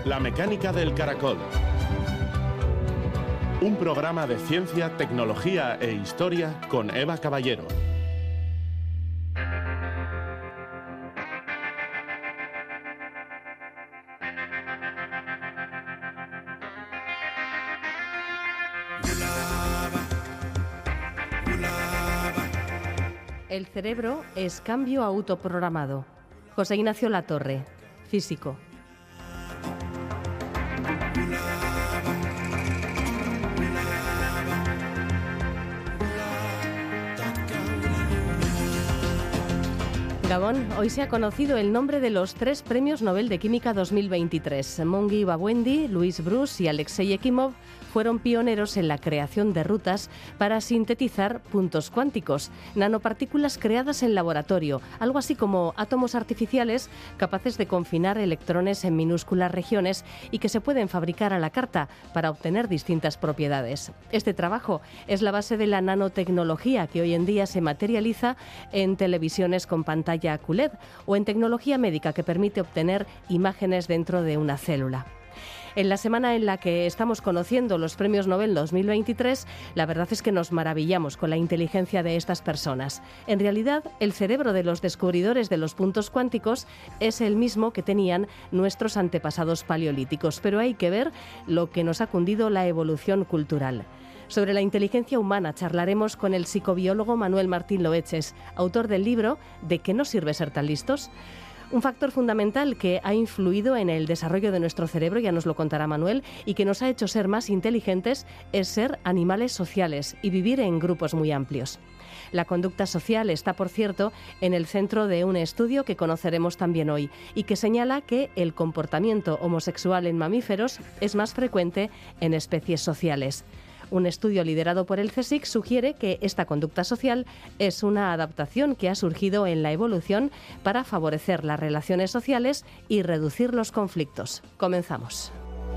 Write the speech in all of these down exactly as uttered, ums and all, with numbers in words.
La mecánica del caracol. Un programa de ciencia, tecnología e historia con Eva Caballero. El cerebro es cambio autoprogramado. José Ignacio Latorre, físico. Gabón, hoy se ha conocido el nombre de los tres premios Nobel de Química dos mil veintitrés. Mongi Bawendi, Louis Bruce y Alexei Yekimov fueron pioneros en la creación de rutas para sintetizar puntos cuánticos, nanopartículas creadas en laboratorio, algo así como átomos artificiales capaces de confinar electrones en minúsculas regiones y que se pueden fabricar a la carta para obtener distintas propiedades. Este trabajo es la base de la nanotecnología que hoy en día se materializa en televisiones con pantalla Q L E D o en tecnología médica que permite obtener imágenes dentro de una célula. En la semana en la que estamos conociendo los premios Nobel dos mil veintitrés, la verdad es que nos maravillamos con la inteligencia de estas personas. En realidad, el cerebro de los descubridores de los puntos cuánticos es el mismo que tenían nuestros antepasados paleolíticos, pero hay que ver lo que nos ha cundido la evolución cultural. Sobre la inteligencia humana charlaremos con el psicobiólogo Manuel Martín Loeches, autor del libro ¿De qué nos sirve ser tan listos? Un factor fundamental que ha influido en el desarrollo de nuestro cerebro, ya nos lo contará Manuel, y que nos ha hecho ser más inteligentes es ser animales sociales y vivir en grupos muy amplios. La conducta social está, por cierto, en el centro de un estudio que conoceremos también hoy y que señala que el comportamiento homosexual en mamíferos es más frecuente en especies sociales. Un estudio liderado por el CSIC sugiere que esta conducta social es una adaptación que ha surgido en la evolución para favorecer las relaciones sociales y reducir los conflictos. Comenzamos.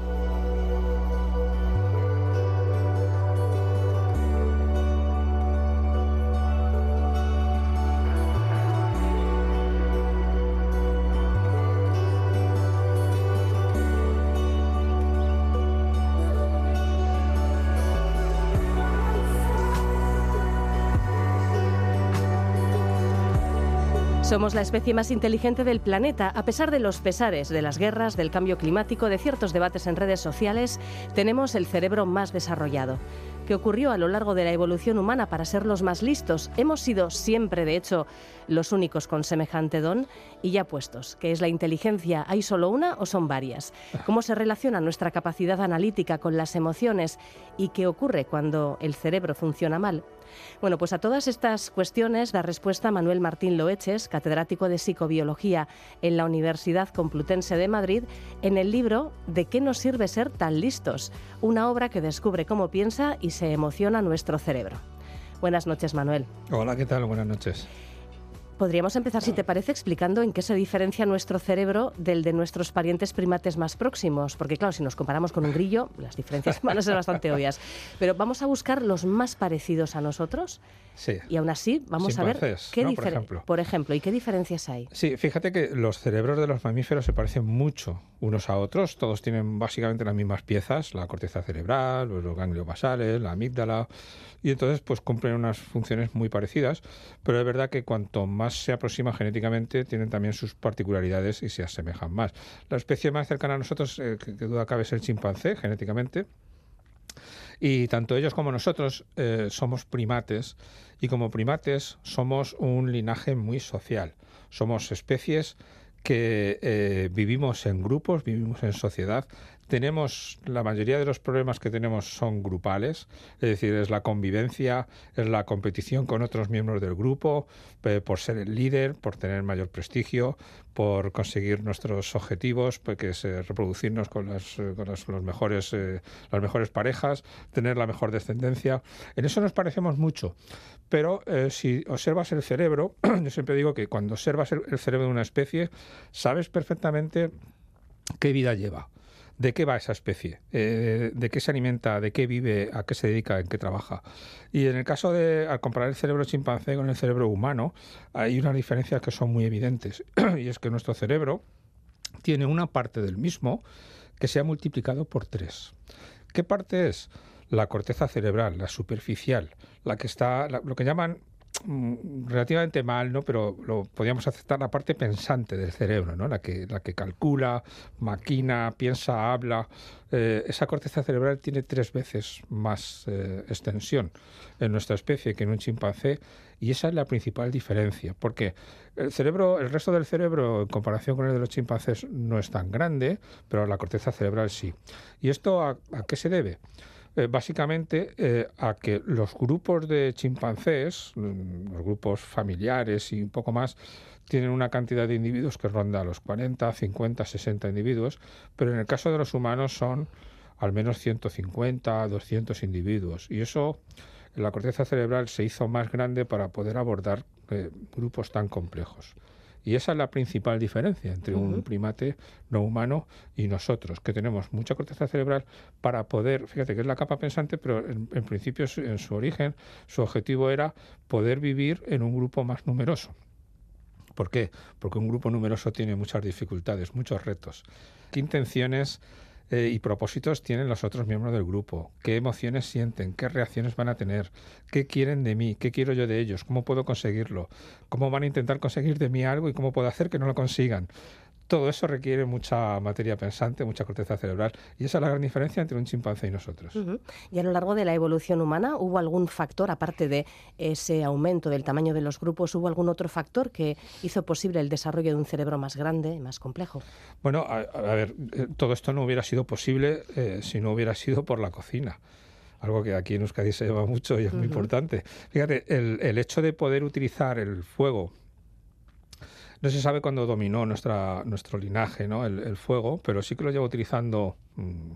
Somos la especie más inteligente del planeta. A pesar de los pesares, de las guerras, del cambio climático, de ciertos debates en redes sociales, tenemos el cerebro más desarrollado. ¿Qué ocurrió a lo largo de la evolución humana para ser los más listos? Hemos sido siempre, de hecho, los únicos con semejante don. Y ya puestos, ¿qué es la inteligencia? ¿Hay solo una o son varias? ¿Cómo se relaciona nuestra capacidad analítica con las emociones? ¿Y qué ocurre cuando el cerebro funciona mal? Bueno, pues a todas estas cuestiones da respuesta Manuel Martín Loeches, catedrático de Psicobiología en la Universidad Complutense de Madrid, en el libro ¿De qué nos sirve ser tan listos?, una obra que descubre cómo piensa y se emociona nuestro cerebro. Buenas noches, Manuel. Hola, ¿qué tal? Buenas noches. Podríamos empezar, si te parece, explicando en qué se diferencia nuestro cerebro del de nuestros parientes primates más próximos. Porque, claro, si nos comparamos con un grillo, las diferencias van a ser bastante obvias. Pero vamos a buscar los más parecidos a nosotros. Sí. Y aún así vamos a ver qué ¿no? difer- por ejemplo. por ejemplo, y qué diferencias hay. Sí, fíjate que los cerebros de los mamíferos se parecen mucho unos a otros. Todos tienen básicamente las mismas piezas, la corteza cerebral, los ganglios basales, la amígdala, y entonces pues cumplen unas funciones muy parecidas. Pero es verdad que cuanto más se aproximan genéticamente, tienen también sus particularidades y se asemejan más. La especie más cercana a nosotros, eh, que, que duda cabe, es el chimpancé, genéticamente. Y tanto ellos como nosotros eh, somos primates, y como primates somos un linaje muy social. Somos especies que eh, vivimos en grupos, vivimos en sociedad. Tenemos, la mayoría de los problemas que tenemos son grupales, es decir, es la convivencia, es la competición con otros miembros del grupo, eh, por ser el líder, por tener mayor prestigio, por conseguir nuestros objetivos, pues, que es eh, reproducirnos con, las, eh, con los, los mejores, eh, las mejores parejas, tener la mejor descendencia. En eso nos parecemos mucho. Pero eh, si observas el cerebro, yo siempre digo que cuando observas el, el cerebro de una especie, sabes perfectamente qué vida lleva. ¿De qué va esa especie? Eh, ¿De qué se alimenta? ¿De qué vive? ¿A qué se dedica? ¿En qué trabaja? Y en el caso de, al comparar el cerebro chimpancé con el cerebro humano, hay unas diferencias que son muy evidentes. Y es que nuestro cerebro tiene una parte del mismo que se ha multiplicado por tres. ¿Qué parte es? La corteza cerebral, la superficial, la que está, la, lo que llaman mm, relativamente mal, ¿no? Pero lo podríamos aceptar, la parte pensante del cerebro, ¿no? La que, la que calcula, maquina, piensa, habla. Eh, esa corteza cerebral tiene tres veces más eh, extensión en nuestra especie que en un chimpancé, y esa es la principal diferencia, porque el cerebro, el resto del cerebro en comparación con el de los chimpancés no es tan grande, pero la corteza cerebral sí. ¿Y esto a, a qué se debe? Eh, básicamente eh, a que los grupos de chimpancés, los grupos familiares y un poco más, tienen una cantidad de individuos que ronda los cuarenta, cincuenta, sesenta individuos, pero en el caso de los humanos son al menos ciento cincuenta, doscientos individuos. Y eso, la corteza cerebral se hizo más grande para poder abordar eh, grupos tan complejos. Y esa es la principal diferencia entre uh-huh. un primate no humano y nosotros, que tenemos mucha corteza cerebral para poder, fíjate que es la capa pensante, pero en, en principio en su origen, su objetivo era poder vivir en un grupo más numeroso. ¿Por qué? Porque un grupo numeroso tiene muchas dificultades, muchos retos. ¿Qué intenciones eh, y propósitos tienen los otros miembros del grupo? ¿Qué emociones sienten? ¿Qué reacciones van a tener? ¿Qué quieren de mí? ¿Qué quiero yo de ellos? ¿Cómo puedo conseguirlo? ¿Cómo van a intentar conseguir de mí algo y cómo puedo hacer que no lo consigan? Todo eso requiere mucha materia pensante, mucha corteza cerebral, y esa es la gran diferencia entre un chimpancé y nosotros. Uh-huh. Y a lo largo de la evolución humana, ¿hubo algún factor, aparte de ese aumento del tamaño de los grupos, hubo algún otro factor que hizo posible el desarrollo de un cerebro más grande, más complejo? Bueno, a, a ver, todo esto no hubiera sido posible eh, si no hubiera sido por la cocina. Algo que aquí en Euskadi se lleva mucho y es uh-huh. muy importante. Fíjate, el, el hecho de poder utilizar el fuego. No se sabe cuándo dominó nuestra, nuestro linaje, ¿no? el, el fuego, pero sí que lo lleva utilizando mmm,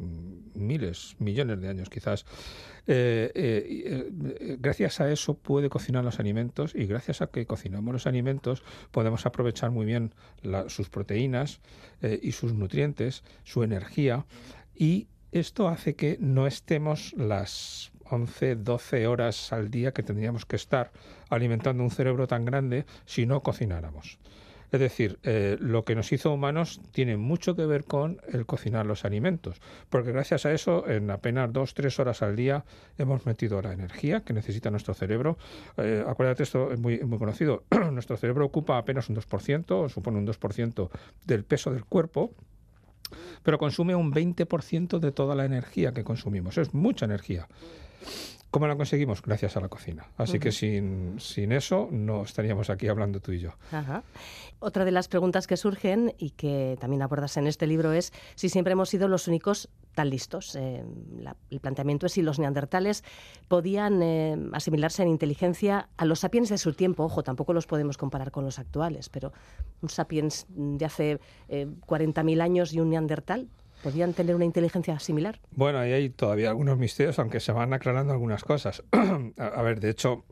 miles, millones de años quizás. Eh, eh, eh, gracias a eso puede cocinar los alimentos, y gracias a que cocinamos los alimentos podemos aprovechar muy bien la, sus proteínas eh, y sus nutrientes, su energía, y esto hace que no estemos las once, doce horas al día que tendríamos que estar alimentando un cerebro tan grande si no cocináramos. Es decir, eh, lo que nos hizo humanos tiene mucho que ver con el cocinar los alimentos, porque gracias a eso en apenas dos, tres horas al día hemos metido la energía que necesita nuestro cerebro. Eh, acuérdate, esto es muy, muy conocido, nuestro cerebro ocupa apenas un dos por ciento, o supone un dos por ciento del peso del cuerpo, pero consume un veinte por ciento de toda la energía que consumimos. Es mucha energía. ¿Cómo la conseguimos? Gracias a la cocina. Así uh-huh. que sin, sin eso no estaríamos aquí hablando tú y yo. Ajá. Otra de las preguntas que surgen y que también abordas en este libro es si siempre hemos sido los únicos tan listos. Eh, la, el planteamiento es si los neandertales podían eh, asimilarse en inteligencia a los sapiens de su tiempo. Ojo, tampoco los podemos comparar con los actuales, pero un sapiens de hace eh, cuarenta mil años y un neandertal, ¿podían tener una inteligencia similar? Bueno, ahí hay todavía algunos misterios, aunque se van aclarando algunas cosas. a, a ver, de hecho,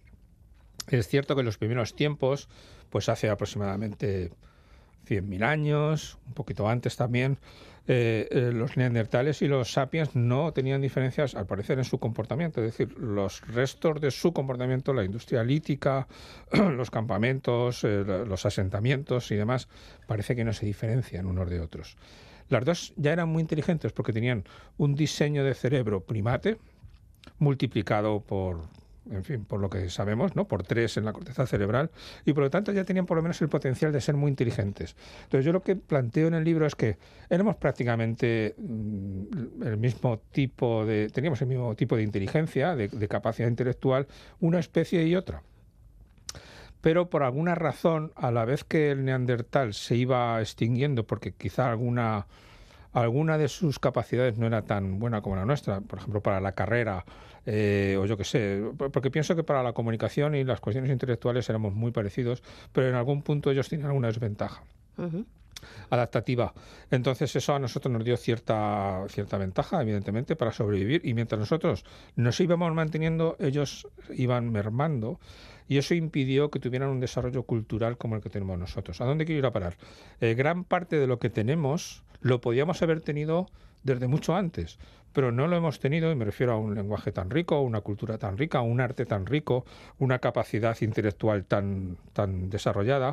es cierto que en los primeros tiempos, pues hace aproximadamente cien mil años, un poquito antes también, eh, eh, los neandertales y los sapiens no tenían diferencias, al parecer, en su comportamiento. Es decir, los restos de su comportamiento, la industria lítica, los campamentos, eh, los asentamientos y demás, parece que no se diferencian unos de otros. Las dos ya eran muy inteligentes porque tenían un diseño de cerebro primate multiplicado por, en fin, por lo que sabemos, ¿no? Por tres en la corteza cerebral, y por lo tanto ya tenían por lo menos el potencial de ser muy inteligentes. Entonces yo lo que planteo en el libro es que éramos prácticamente mm, el mismo tipo de, teníamos el mismo tipo de inteligencia, de, de capacidad intelectual, una especie y otra. Pero por alguna razón, a la vez que el neandertal se iba extinguiendo, porque quizá alguna, alguna de sus capacidades no era tan buena como la nuestra, por ejemplo, para la carrera, eh, o yo qué sé, porque pienso que para la comunicación y las cuestiones intelectuales éramos muy parecidos, pero en algún punto ellos tenían alguna desventaja. Uh-huh. Adaptativa. Entonces eso a nosotros nos dio cierta cierta ventaja, evidentemente, para sobrevivir, y mientras nosotros nos íbamos manteniendo, ellos iban mermando, y eso impidió que tuvieran un desarrollo cultural como el que tenemos nosotros. ¿A dónde quiero ir a parar? Eh, gran parte de lo que tenemos lo podíamos haber tenido desde mucho antes, pero no lo hemos tenido, y me refiero a un lenguaje tan rico, una cultura tan rica, un arte tan rico, una capacidad intelectual tan, tan desarrollada,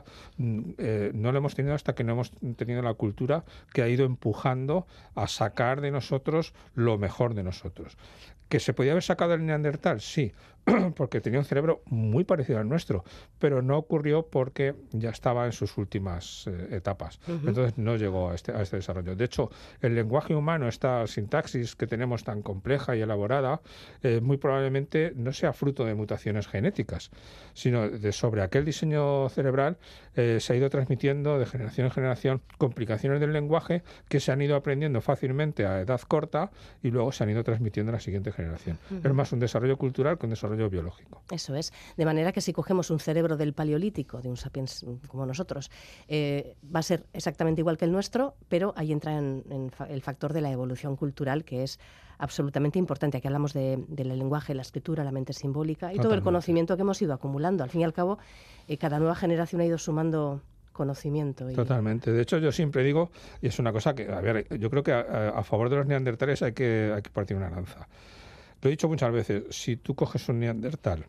eh, no lo hemos tenido hasta que no hemos tenido la cultura que ha ido empujando a sacar de nosotros lo mejor de nosotros. ¿Que se podía haber sacado el Neandertal? Sí, porque tenía un cerebro muy parecido al nuestro, pero no ocurrió porque ya estaba en sus últimas eh, etapas. Uh-huh. Entonces no llegó a este, a este desarrollo. De hecho, el lenguaje humano, esta sintaxis que tenemos tan compleja y elaborada, eh, muy probablemente no sea fruto de mutaciones genéticas, sino de sobre aquel diseño cerebral eh, se ha ido transmitiendo de generación en generación complicaciones del lenguaje que se han ido aprendiendo fácilmente a edad corta y luego se han ido transmitiendo a la siguiente generación. Uh-huh. Es más un desarrollo cultural que un desarrollo biológico. Eso es. De manera que si cogemos un cerebro del paleolítico, de un sapiens como nosotros, eh, va a ser exactamente igual que el nuestro, pero ahí entra en, en fa- el factor de la evolución cultural, que es absolutamente importante. Aquí hablamos de, del lenguaje, la escritura, la mente simbólica y Totalmente. Todo el conocimiento que hemos ido acumulando. Al fin y al cabo, eh, cada nueva generación ha ido sumando conocimiento. Y... Totalmente. De hecho, yo siempre digo, y es una cosa que, a ver, yo creo que a, a favor de los neandertales hay que, hay que partir una lanza. Lo he dicho muchas veces, si tú coges un neandertal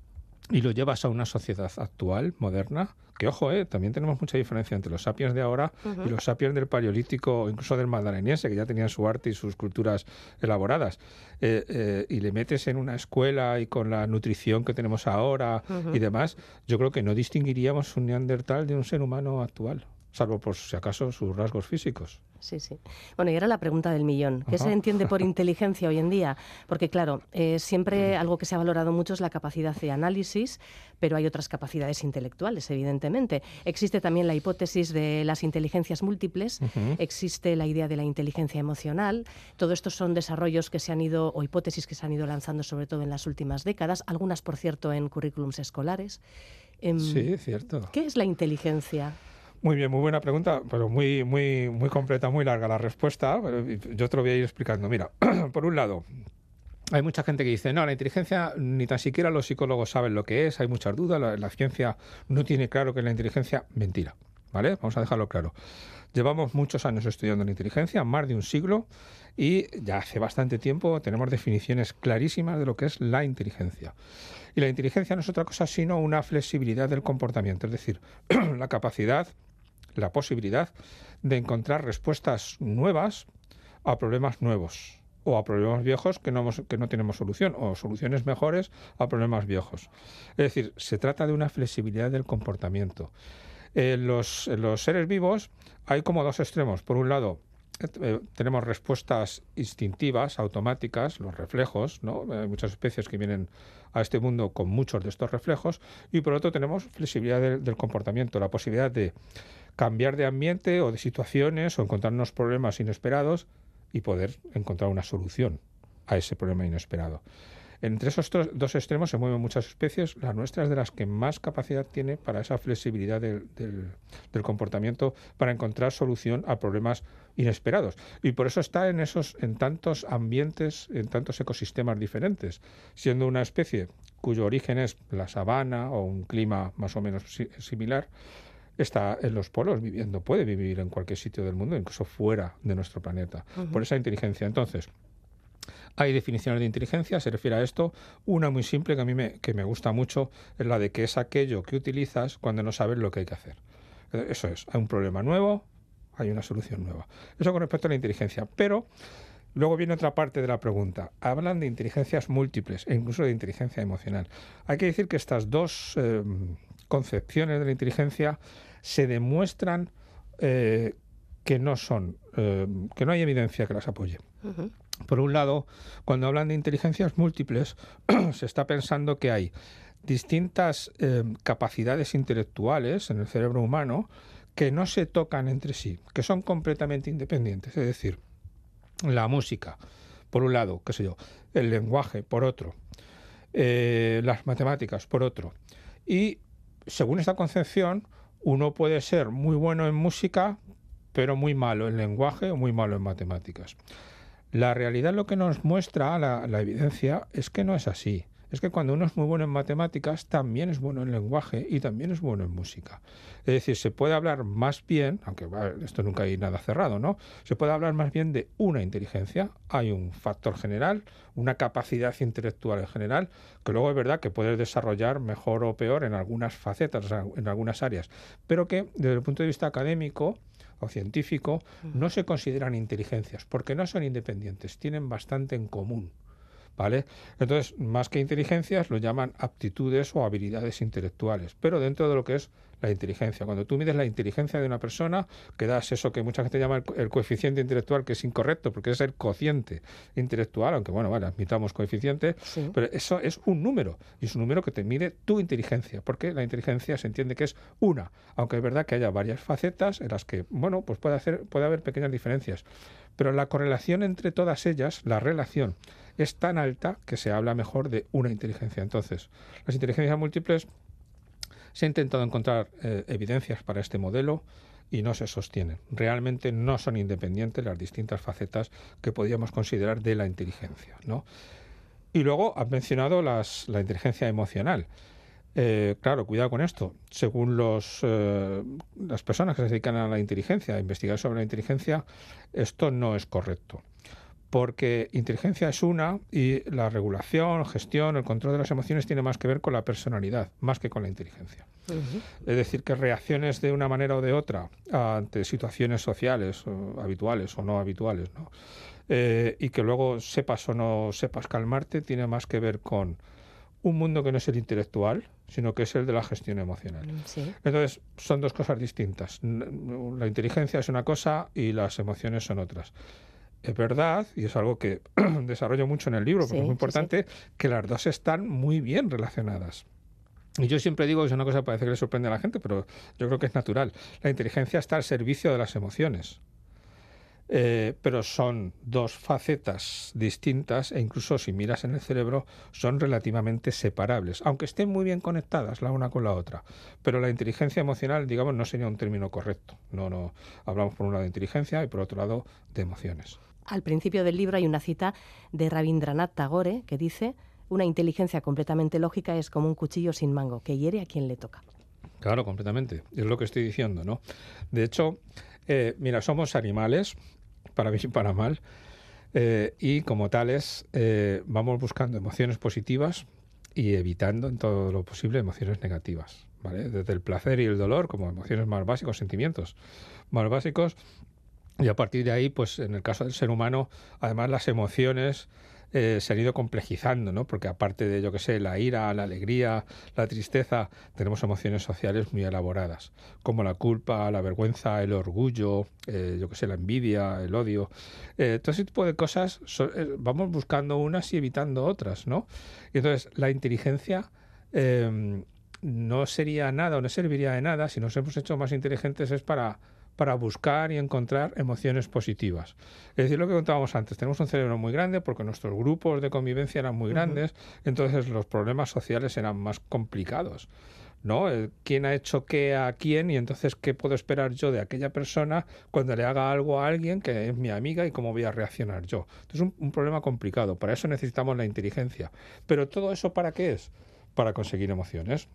y lo llevas a una sociedad actual, moderna, que ojo, eh, también tenemos mucha diferencia entre los sapiens de ahora uh-huh. y los sapiens del paleolítico, incluso del magdaleniense, que ya tenían su arte y sus culturas elaboradas, eh, eh, y le metes en una escuela y con la nutrición que tenemos ahora uh-huh. y demás, yo creo que no distinguiríamos un neandertal de un ser humano actual, salvo por si acaso sus rasgos físicos. Sí, sí. Bueno, y ahora la pregunta del millón. ¿Qué Ajá. se entiende por inteligencia hoy en día? Porque, claro, eh, siempre algo que se ha valorado mucho es la capacidad de análisis, pero hay otras capacidades intelectuales, evidentemente. Existe también la hipótesis de las inteligencias múltiples, uh-huh. existe la idea de la inteligencia emocional. Todo esto son desarrollos que se han ido, o hipótesis que se han ido lanzando sobre todo en las últimas décadas, algunas, por cierto, en currículums escolares. Eh, sí, cierto. ¿Qué es la inteligencia? Muy bien, muy buena pregunta, pero muy, muy, muy completa, muy larga la respuesta. Yo te lo voy a ir explicando. Mira, por un lado, hay mucha gente que dice, no, la inteligencia ni tan siquiera los psicólogos saben lo que es, hay muchas dudas, la, la ciencia no tiene claro que es la inteligencia. Mentira, ¿vale? Vamos a dejarlo claro. Llevamos muchos años estudiando la inteligencia, más de un siglo, y ya hace bastante tiempo tenemos definiciones clarísimas de lo que es la inteligencia. Y la inteligencia no es otra cosa sino una flexibilidad del comportamiento, es decir, la capacidad, la posibilidad de encontrar respuestas nuevas a problemas nuevos o a problemas viejos que no, hemos, que no tenemos solución, o soluciones mejores a problemas viejos. Es decir, se trata de una flexibilidad del comportamiento. En los, en los seres vivos hay como dos extremos. Por un lado, eh, tenemos respuestas instintivas, automáticas, los reflejos, ¿no? Hay muchas especies que vienen a este mundo con muchos de estos reflejos, y por otro tenemos flexibilidad de, del comportamiento, la posibilidad de cambiar de ambiente o de situaciones o encontrarnos problemas inesperados y poder encontrar una solución a ese problema inesperado. Entre esos dos extremos se mueven muchas especies. La nuestra es de las que más capacidad tiene para esa flexibilidad del, del, del comportamiento, para encontrar solución a problemas inesperados. Y por eso está en esos, en tantos ambientes, en tantos ecosistemas diferentes, siendo una especie cuyo origen es la sabana o un clima más o menos si, similar. Está en los polos viviendo, puede vivir en cualquier sitio del mundo, incluso fuera de nuestro planeta, uh-huh. por esa inteligencia. Entonces, hay definiciones de inteligencia, se refiere a esto. Una muy simple que a mí me, que me gusta mucho es la de que es aquello que utilizas cuando no sabes lo que hay que hacer. Eso es, hay un problema nuevo, hay una solución nueva. Eso con respecto a la inteligencia. Pero luego viene otra parte de la pregunta. Hablan de inteligencias múltiples e incluso de inteligencia emocional. Hay que decir que estas dos eh, concepciones de la inteligencia se demuestran eh, que no son, eh, que no hay evidencia que las apoye. Uh-huh. Por un lado, cuando hablan de inteligencias múltiples, se está pensando que hay distintas eh, capacidades intelectuales en el cerebro humano que no se tocan entre sí, que son completamente independientes. Es decir, la música, por un lado, qué sé yo, el lenguaje, por otro, eh, las matemáticas, por otro. Y según esta concepción, uno puede ser muy bueno en música, pero muy malo en lenguaje o muy malo en matemáticas. La realidad, lo que nos muestra la, la evidencia, es que no es así. Es es que cuando uno es muy bueno en matemáticas, también es bueno en lenguaje y también es bueno en música. Es decir, se puede hablar más bien, aunque esto nunca hay nada cerrado, ¿no? Se puede hablar más bien de una inteligencia. Hay un factor general, una capacidad intelectual en general, que luego es verdad que puedes desarrollar mejor o peor en algunas facetas, en algunas áreas, pero que desde el punto de vista académico o científico no se consideran inteligencias, porque no son independientes, tienen bastante en común, ¿vale? Entonces, más que inteligencias, lo llaman aptitudes o habilidades intelectuales, pero dentro de lo que es la inteligencia. Cuando tú mides la inteligencia de una persona, que das eso que mucha gente llama el, el coeficiente intelectual, que es incorrecto, porque es el cociente intelectual, aunque bueno, vale, admitamos coeficiente, sí. Pero eso es un número, y es un número que te mide tu inteligencia, porque la inteligencia se entiende que es una, aunque es verdad que haya varias facetas en las que, bueno, pues puede, hacer, puede haber pequeñas diferencias, pero la correlación entre todas ellas, la relación, es tan alta que se habla mejor de una inteligencia. Entonces, las inteligencias múltiples, se ha intentado encontrar eh, evidencias para este modelo y no se sostienen. Realmente no son independientes las distintas facetas que podríamos considerar de la inteligencia, ¿no? Y luego has mencionado las, la inteligencia emocional. Eh, claro, cuidado con esto. Según los, eh, las personas que se dedican a la inteligencia, a investigar sobre la inteligencia, esto no es correcto. Porque inteligencia es una y la regulación, gestión, el control de las emociones tiene más que ver con la personalidad, más que con la inteligencia. Uh-huh. Es decir, que reacciones de una manera o de otra ante situaciones sociales o habituales o no habituales, ¿no? Eh, y que luego sepas o no sepas calmarte, tiene más que ver con un mundo que no es el intelectual, sino que es el de la gestión emocional. Sí. Entonces, son dos cosas distintas. La inteligencia es una cosa y las emociones son otras. Es verdad, y es algo que desarrollo mucho en el libro, porque sí, es muy importante, sí, sí. que las dos están muy bien relacionadas. Y yo siempre digo, es una cosa que parece que le sorprende a la gente, pero yo creo que es natural. La inteligencia está al servicio de las emociones. Eh, pero son dos facetas distintas e incluso si miras en el cerebro son relativamente separables, aunque estén muy bien conectadas la una con la otra. Pero la inteligencia emocional, digamos, no sería un término correcto. No, no, hablamos por un lado de inteligencia y por otro lado de emociones. Al principio del libro hay una cita de Rabindranath Tagore que dice: una inteligencia completamente lógica es como un cuchillo sin mango, que hiere a quien le toca. Claro, completamente. Es lo que estoy diciendo, ¿no? De hecho, eh, mira, somos animales, para bien y para mal, eh, y como tales eh, vamos buscando emociones positivas y evitando en todo lo posible emociones negativas, ¿vale? Desde el placer y el dolor como emociones más básicas, sentimientos más básicos. Y a partir de ahí, pues en el caso del ser humano, además las emociones eh, se han ido complejizando, ¿no? Porque aparte de, yo qué sé, la ira, la alegría, la tristeza, tenemos emociones sociales muy elaboradas, como la culpa, la vergüenza, el orgullo, eh, yo qué sé, la envidia, el odio. Eh, todo ese tipo de cosas so, eh, vamos buscando unas y evitando otras, ¿no? Y entonces la inteligencia eh, no sería nada o no serviría de nada si nos hemos hecho más inteligentes es para... para buscar y encontrar emociones positivas. Es decir, lo que contábamos antes, tenemos un cerebro muy grande porque nuestros grupos de convivencia eran muy uh-huh. grandes, entonces los problemas sociales eran más complicados, ¿no? ¿Quién ha hecho qué a quién? Y entonces, ¿qué puedo esperar yo de aquella persona cuando le haga algo a alguien que es mi amiga y cómo voy a reaccionar yo? Entonces, es un, un problema complicado. Para eso necesitamos la inteligencia. ¿Pero todo eso para qué es? Para conseguir emociones.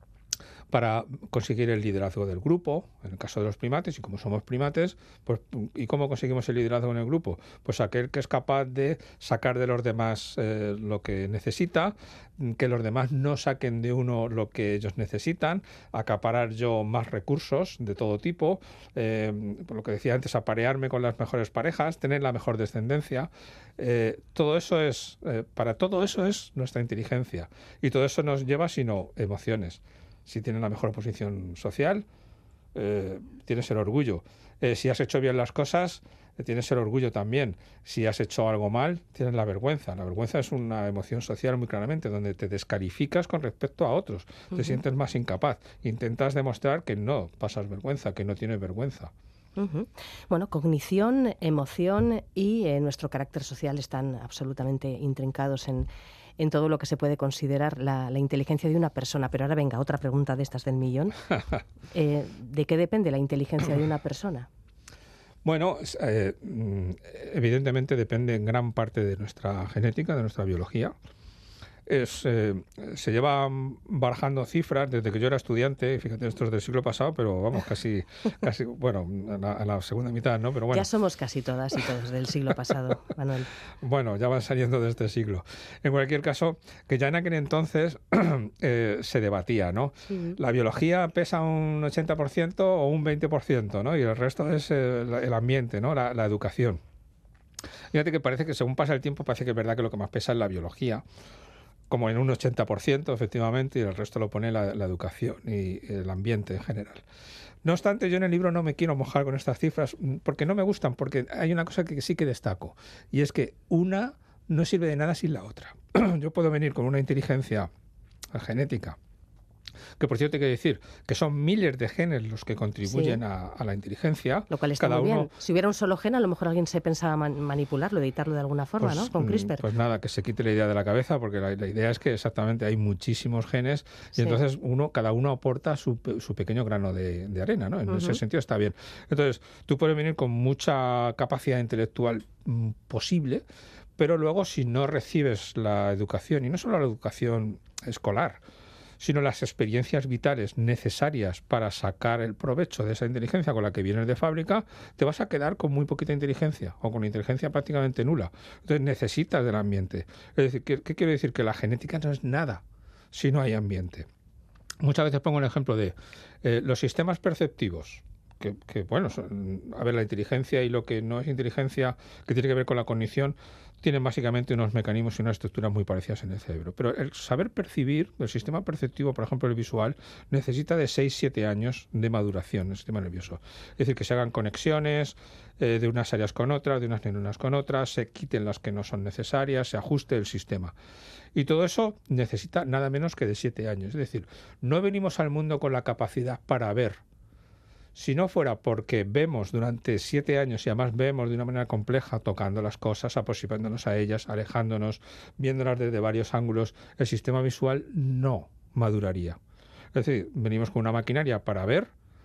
Para conseguir el liderazgo del grupo, en el caso de los primates, y como somos primates, pues ¿y cómo conseguimos el liderazgo en el grupo? Pues aquel que es capaz de sacar de los demás eh, lo que necesita, que los demás no saquen de uno lo que ellos necesitan, acaparar yo más recursos de todo tipo, eh, por lo que decía antes, aparearme con las mejores parejas, tener la mejor descendencia. Eh, todo eso es, eh, para todo eso es nuestra inteligencia, y todo eso nos lleva, sino emociones. Si tienes la mejor posición social, eh, tienes el orgullo. Eh, si has hecho bien las cosas, eh, tienes el orgullo también. Si has hecho algo mal, tienes la vergüenza. La vergüenza es una emoción social muy claramente, donde te descalificas con respecto a otros. Uh-huh. Te sientes más incapaz. Intentas demostrar que no pasas vergüenza, que no tienes vergüenza. Uh-huh. Bueno, cognición, emoción y eh, nuestro carácter social están absolutamente intrincados en... en todo lo que se puede considerar la, la inteligencia de una persona. Pero ahora venga, otra pregunta de estas del millón. Eh, ¿De qué depende la inteligencia de una persona? Bueno, eh, evidentemente depende en gran parte de nuestra genética, de nuestra biología. es, eh, se llevan barajando cifras desde que yo era estudiante, fíjate, esto es del siglo pasado, pero vamos, casi, casi bueno, a la, a la segunda mitad, ¿no? Pero bueno. Ya somos casi todas y todos del siglo pasado, Manuel. Bueno, ya van saliendo de este siglo. En cualquier caso, que ya en aquel entonces eh, se debatía, ¿no? Sí. La biología pesa un ochenta por ciento o un veinte por ciento, ¿no? Y el resto es el, el ambiente, ¿no? La, la educación. Fíjate que parece que según pasa el tiempo parece que es verdad que lo que más pesa es la biología, como en un ochenta por ciento efectivamente, y el resto lo pone la, la educación y el ambiente en general. No obstante, yo en el libro no me quiero mojar con estas cifras porque no me gustan, porque hay una cosa que sí que destaco, y es que una no sirve de nada sin la otra. Yo puedo venir con una inteligencia genética, que por cierto hay que decir que son miles de genes los que contribuyen sí. a, a la inteligencia. Lo cual está Cada muy uno... bien. Si hubiera un solo gen, a lo mejor alguien se pensaba man manipularlo, editarlo de alguna forma, pues, ¿no? Con CRISPR. Pues nada, que se quite la idea de la cabeza, porque la, la idea es que exactamente hay muchísimos genes y sí. entonces uno, cada uno aporta su, su pequeño grano de, de arena, ¿no? En uh-huh. ese sentido está bien. Entonces, tú puedes venir con mucha capacidad intelectual mm, posible, pero luego si no recibes la educación, y no solo la educación escolar, sino las experiencias vitales necesarias para sacar el provecho de esa inteligencia con la que vienes de fábrica, te vas a quedar con muy poquita inteligencia o con inteligencia prácticamente nula. Entonces necesitas del ambiente. Es decir, ¿qué, qué quiero decir? Que la genética no es nada si no hay ambiente. Muchas veces pongo el ejemplo de eh, los sistemas perceptivos. Que, que, bueno, son, a ver, la inteligencia y lo que no es inteligencia, que tiene que ver con la cognición, tienen básicamente unos mecanismos y unas estructuras muy parecidas en el cerebro. Pero el saber percibir, el sistema perceptivo, por ejemplo, el visual, necesita de seis a siete años de maduración en el sistema nervioso. Es decir, que se hagan conexiones eh, de unas áreas con otras, de unas neuronas con otras, se quiten las que no son necesarias, se ajuste el sistema. Y todo eso necesita nada menos que de siete años. Es decir, no venimos al mundo con la capacidad para ver. Si no fuera porque vemos durante siete años y además vemos de una manera compleja, tocando las cosas, aproximándonos a ellas, alejándonos, viéndolas desde varios ángulos, el sistema visual no maduraría. Es decir, venimos con una maquinaria para ver.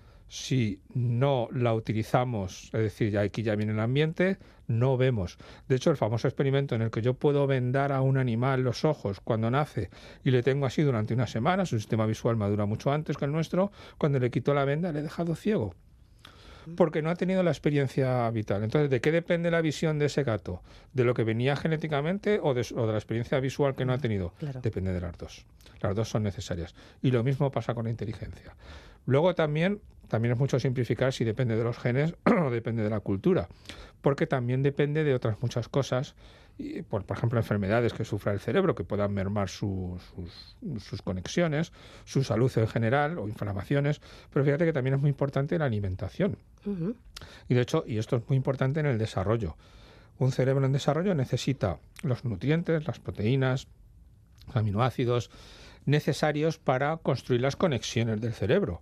Si no la utilizamos, es decir, ya aquí ya viene el ambiente, no vemos. De hecho, el famoso experimento en el que yo puedo vendar a un animal los ojos cuando nace y le tengo así durante una semana, su sistema visual madura mucho antes que el nuestro, cuando le quito la venda le he dejado ciego, porque no ha tenido la experiencia vital. Entonces, ¿de qué depende la visión de ese gato? ¿De lo que venía genéticamente o de, o de la experiencia visual que no ha tenido? Claro. Depende de las dos. Las dos son necesarias. Y lo mismo pasa con la inteligencia. Luego también, también es mucho simplificar si depende de los genes o depende de la cultura, porque también depende de otras muchas cosas, y por, por ejemplo, enfermedades que sufra el cerebro, que puedan mermar su, sus, sus conexiones, su salud en general o inflamaciones, pero fíjate que también es muy importante la alimentación. Uh-huh. Y de hecho, y esto es muy importante en el desarrollo. Un cerebro en desarrollo necesita los nutrientes, las proteínas, los aminoácidos necesarios para construir las conexiones del cerebro.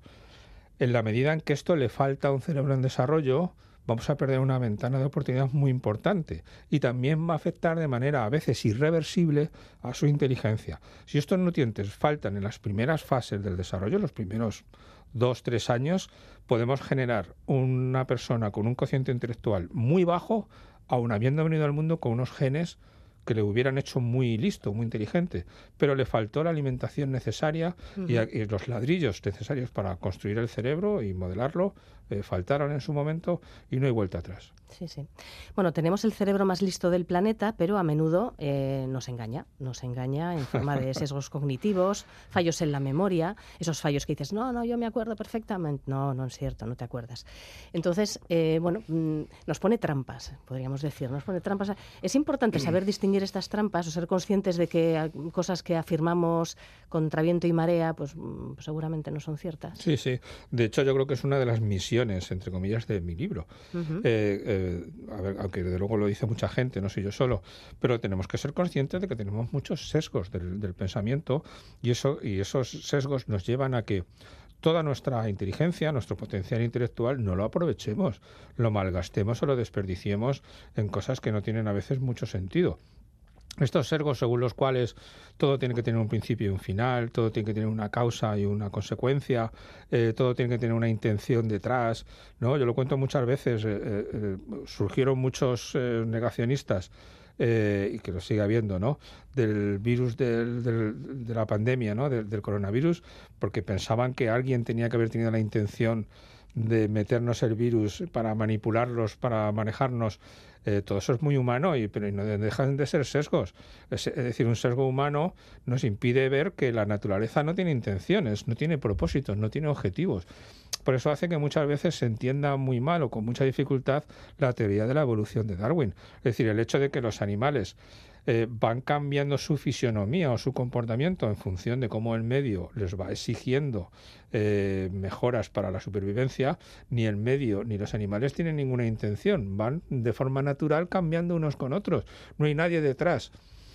En la medida en que esto le falta a un cerebro en desarrollo, vamos a perder una ventana de oportunidad muy importante y también va a afectar de manera a veces irreversible a su inteligencia. Si estos nutrientes faltan en las primeras fases del desarrollo, los primeros dos, tres años, podemos generar una persona con un cociente intelectual muy bajo, aun habiendo venido al mundo con unos genes que le hubieran hecho muy listo, muy inteligente, pero le faltó la alimentación necesaria uh-huh. y, y los ladrillos necesarios para construir el cerebro y modelarlo eh, faltaron en su momento y no hay vuelta atrás. Sí, sí. Bueno, tenemos el cerebro más listo del planeta, pero a menudo eh, nos engaña. Nos engaña en forma de sesgos cognitivos, fallos en la memoria, esos fallos que dices, no, no, yo me acuerdo perfectamente. No, no es cierto, no te acuerdas. Entonces, eh, bueno, mmm, nos pone trampas, podríamos decir, nos pone trampas. Es importante saber distinguir estas trampas o ser conscientes de que cosas que afirmamos contra viento y marea, pues, pues seguramente no son ciertas. Sí, sí. De hecho, yo creo que es una de las misiones, entre comillas, de mi libro. Uh-huh. eh, eh, a ver, aunque desde luego lo dice mucha gente, no soy yo solo, pero tenemos que ser conscientes de que tenemos muchos sesgos del, del pensamiento y eso y esos sesgos nos llevan a que toda nuestra inteligencia, nuestro potencial intelectual, no lo aprovechemos, lo malgastemos o lo desperdiciemos en cosas que no tienen a veces mucho sentido. Estos sesgos según los cuales todo tiene que tener un principio y un final, todo tiene que tener una causa y una consecuencia, eh, todo tiene que tener una intención detrás, ¿no? Yo lo cuento muchas veces, eh, eh, surgieron muchos eh, negacionistas eh, y que lo sigue habiendo, ¿no?, del virus del, del, de la pandemia, ¿no?, del, del coronavirus, porque pensaban que alguien tenía que haber tenido la intención de meternos el virus para manipularlos, para manejarnos. Eh, todo eso es muy humano, y, pero no dejan de ser sesgos. Es, es decir, un sesgo humano nos impide ver que la naturaleza no tiene intenciones, no tiene propósitos, no tiene objetivos. Por eso hace que muchas veces se entienda muy mal o con mucha dificultad la teoría de la evolución de Darwin. Es decir, el hecho de que los animales eh, van cambiando su fisionomía o su comportamiento en función de cómo el medio les va exigiendo eh, mejoras para la supervivencia, ni el medio ni los animales tienen ninguna intención, van de forma natural cambiando unos con otros, no hay nadie detrás.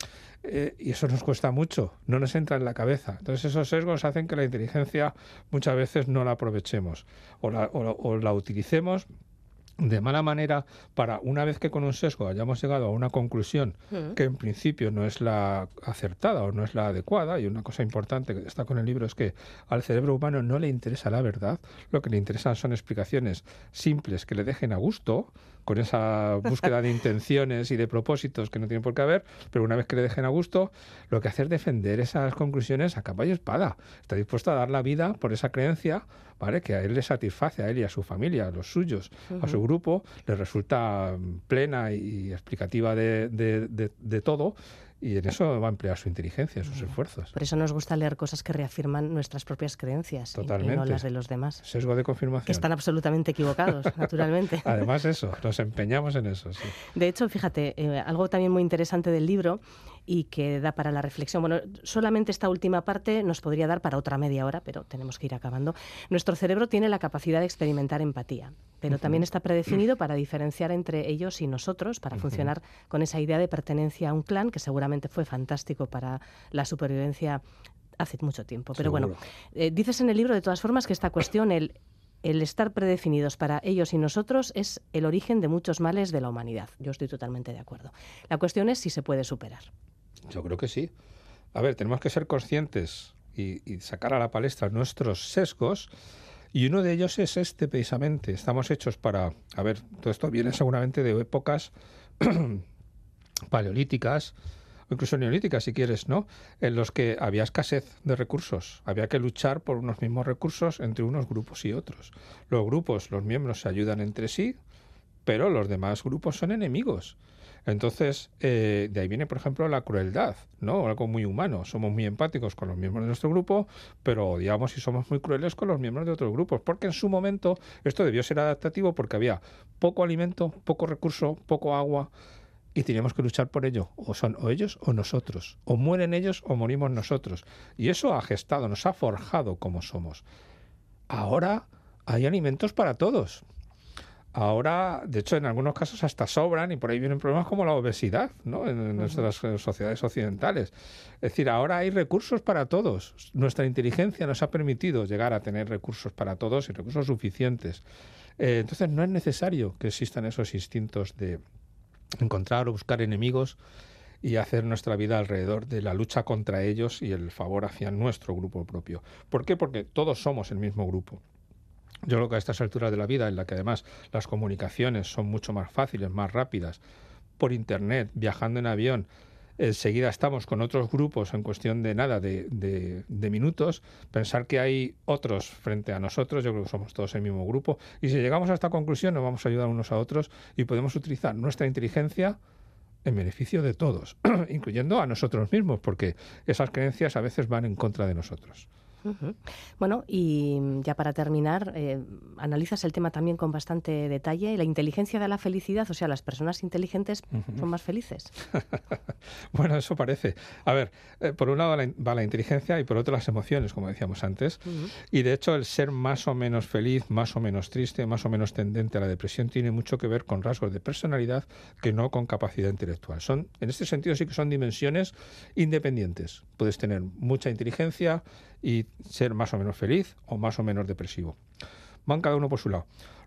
Eh, y eso nos cuesta mucho, no nos entra en la cabeza. Entonces esos sesgos hacen que la inteligencia muchas veces no la aprovechemos o la, o, o la utilicemos de mala manera para, una vez que con un sesgo hayamos llegado a una conclusión uh-huh. que en principio no es la acertada o no es la adecuada, y una cosa importante que está con el libro es que al cerebro humano no le interesa la verdad, lo que le interesan son explicaciones simples que le dejen a gusto, con esa búsqueda de intenciones y de propósitos que no tienen por qué haber, pero una vez que le dejen a gusto, lo que hace es defender esas conclusiones a capa y espada. Está dispuesto a dar la vida por esa creencia, ¿vale?, que a él le satisface, a él y a su familia, a los suyos, uh-huh. a su grupo, le resulta plena y explicativa de, de, de, de todo. Y en eso va a emplear su inteligencia, sus esfuerzos. Por eso nos gusta leer cosas que reafirman nuestras propias creencias. Totalmente. Y, y no las de los demás. Sesgo de confirmación. Que están absolutamente equivocados, naturalmente. Además eso, nos empeñamos en eso, sí. De hecho, fíjate, eh, algo también muy interesante del libro y que da para la reflexión. Bueno, solamente esta última parte nos podría dar para otra media hora, pero tenemos que ir acabando. Nuestro cerebro tiene la capacidad de experimentar empatía, pero uh-huh. también está predefinido para diferenciar entre ellos y nosotros, para uh-huh. funcionar con esa idea de pertenencia a un clan, que seguramente fue fantástico para la supervivencia hace mucho tiempo. Pero Seguro. bueno, eh, dices en el libro, de todas formas, que esta cuestión, el El estar predefinidos para ellos y nosotros, es el origen de muchos males de la humanidad. Yo estoy totalmente de acuerdo. La cuestión es si se puede superar. Yo creo que sí. A ver, tenemos que ser conscientes y, y sacar a la palestra nuestros sesgos, y uno de ellos es este precisamente. Estamos hechos para... A ver, todo esto viene seguramente de épocas paleolíticas, o incluso neolíticas, si quieres, ¿no?, en los que había escasez de recursos. Había que luchar por unos mismos recursos entre unos grupos y otros. Los grupos, los miembros se ayudan entre sí, pero los demás grupos son enemigos. Entonces, eh, de ahí viene, por ejemplo, la crueldad, ¿no?, algo muy humano. Somos muy empáticos con los miembros de nuestro grupo, pero odiamos y somos muy crueles con los miembros de otros grupos, porque en su momento esto debió ser adaptativo, porque había poco alimento, poco recurso, poco agua, y teníamos que luchar por ello. O son o ellos o nosotros. O mueren ellos o morimos nosotros. Y eso ha gestado, nos ha forjado como somos. Ahora hay alimentos para todos. Ahora, de hecho, en algunos casos hasta sobran, y por ahí vienen problemas como la obesidad, ¿no?, en, en nuestras sociedades occidentales. Es decir, ahora hay recursos para todos. Nuestra inteligencia nos ha permitido llegar a tener recursos para todos y recursos suficientes. Eh, entonces, no es necesario que existan esos instintos de encontrar o buscar enemigos y hacer nuestra vida alrededor de la lucha contra ellos y el favor hacia nuestro grupo propio. ¿Por qué? Porque todos somos el mismo grupo. Yo creo que a estas alturas de la vida, en la que además las comunicaciones son mucho más fáciles, más rápidas, por internet, viajando en avión, enseguida estamos con otros grupos en cuestión de nada, de, de, de minutos. Pensar que hay otros frente a nosotros, yo creo que somos todos el mismo grupo, y si llegamos a esta conclusión nos vamos a ayudar unos a otros y podemos utilizar nuestra inteligencia en beneficio de todos, incluyendo a nosotros mismos, porque esas creencias a veces van en contra de nosotros. Uh-huh. Bueno, y ya para terminar, eh, analizas el tema también con bastante detalle. ¿La inteligencia da la felicidad? O sea, ¿las personas inteligentes uh-huh. son más felices? Bueno, eso parece. A ver, eh, por un lado la, va la inteligencia y por otro las emociones, como decíamos antes. Uh-huh. Y de hecho el ser más o menos feliz, más o menos triste, más o menos tendente a la depresión tiene mucho que ver con rasgos de personalidad que no con capacidad intelectual. Son, en este sentido sí que son dimensiones independientes. Puedes tener mucha inteligencia y ser más o menos feliz o más o menos depresivo. Van cada uno por su lado.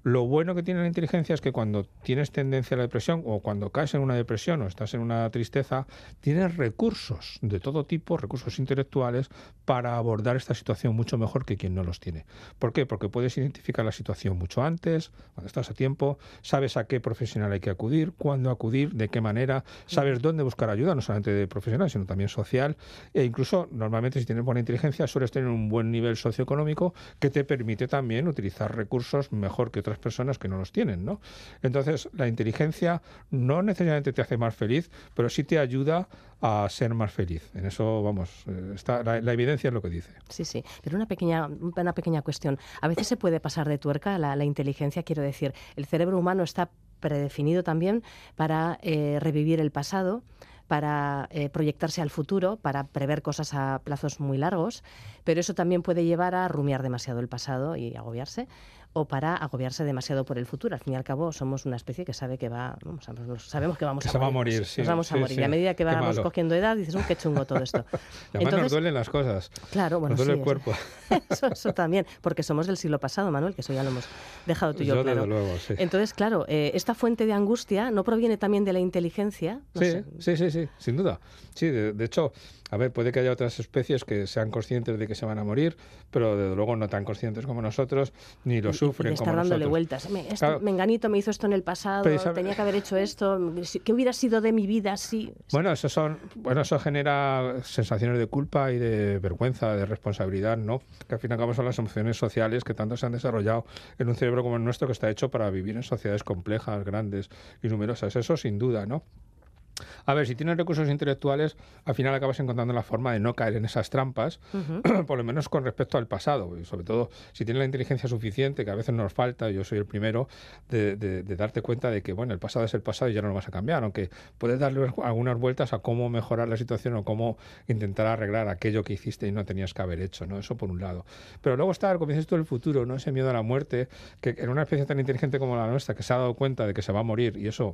Lo bueno que tiene la inteligencia es que cuando tienes tendencia a la depresión o cuando caes en una depresión o estás en una tristeza, tienes recursos de todo tipo, recursos intelectuales, para abordar esta situación mucho mejor que quien no los tiene. ¿Por qué? Porque puedes identificar la situación mucho antes, cuando estás a tiempo, sabes a qué profesional hay que acudir, cuándo acudir, de qué manera, sabes dónde buscar ayuda, no solamente de profesional, sino también social, e incluso normalmente si tienes buena inteligencia sueles tener un buen nivel socioeconómico que te permite también utilizar recursos mejor que otras personas que no los tienen, ¿no? Entonces, la inteligencia no necesariamente te hace más feliz, pero sí te ayuda a ser más feliz. En eso, vamos, está, la, la evidencia es lo que dice. Sí, sí, pero una pequeña, una pequeña cuestión. A veces se puede pasar de tuerca la, la inteligencia, quiero decir, el cerebro humano está predefinido también para eh, revivir el pasado, para eh, proyectarse al futuro, para prever cosas a plazos muy largos, pero eso también puede llevar a rumiar demasiado el pasado y agobiarse, o para agobiarse demasiado por el futuro. Al fin y al cabo, somos una especie que sabe que va, vamos, sabemos que vamos que a, se morir, va a morir. Sí, nos vamos sí, a morir. sí. Y a medida que vamos cogiendo edad, dices, ¡uh, qué chungo todo esto! Y además Entonces, nos duelen las cosas. Claro, bueno, nos duele sí, el cuerpo. Eso, eso también, porque somos del siglo pasado, Manuel, que eso ya lo hemos dejado tú y yo, yo claro. Desde luego, sí. Entonces, claro, eh, esta fuente de angustia no proviene también de la inteligencia. No sí, sé. sí, sí, sí, sin duda. Sí, de, de hecho, a ver, puede que haya otras especies que sean conscientes de que se van a morir, pero desde luego no tan conscientes como nosotros, ni lo Y- sufren y de como estar dándole nosotros. vueltas. Me, esto, Claro. Menganito me hizo esto en el pasado, Precisamente- tenía que haber hecho esto, ¿qué hubiera sido de mi vida si...? Bueno, eso son, bueno, eso genera sensaciones de culpa y de vergüenza, de responsabilidad, ¿no? Que al fin y al cabo son las emociones sociales que tanto se han desarrollado en un cerebro como el nuestro, que está hecho para vivir en sociedades complejas, grandes y numerosas. Eso sin duda, ¿no? A ver, si tienes recursos intelectuales, al final acabas encontrando la forma de no caer en esas trampas, uh-huh. por lo menos con respecto al pasado. Y sobre todo, si tienes la inteligencia suficiente, que a veces nos falta, yo soy el primero, de, de, de darte cuenta de que, bueno, el pasado es el pasado y ya no lo vas a cambiar, aunque puedes darle algunas vueltas a cómo mejorar la situación o cómo intentar arreglar aquello que hiciste y no tenías que haber hecho, ¿no? Eso por un lado. Pero luego está, como dices tú, el futuro, ¿no? Ese miedo a la muerte, que en una especie tan inteligente como la nuestra, que se ha dado cuenta de que se va a morir, y eso...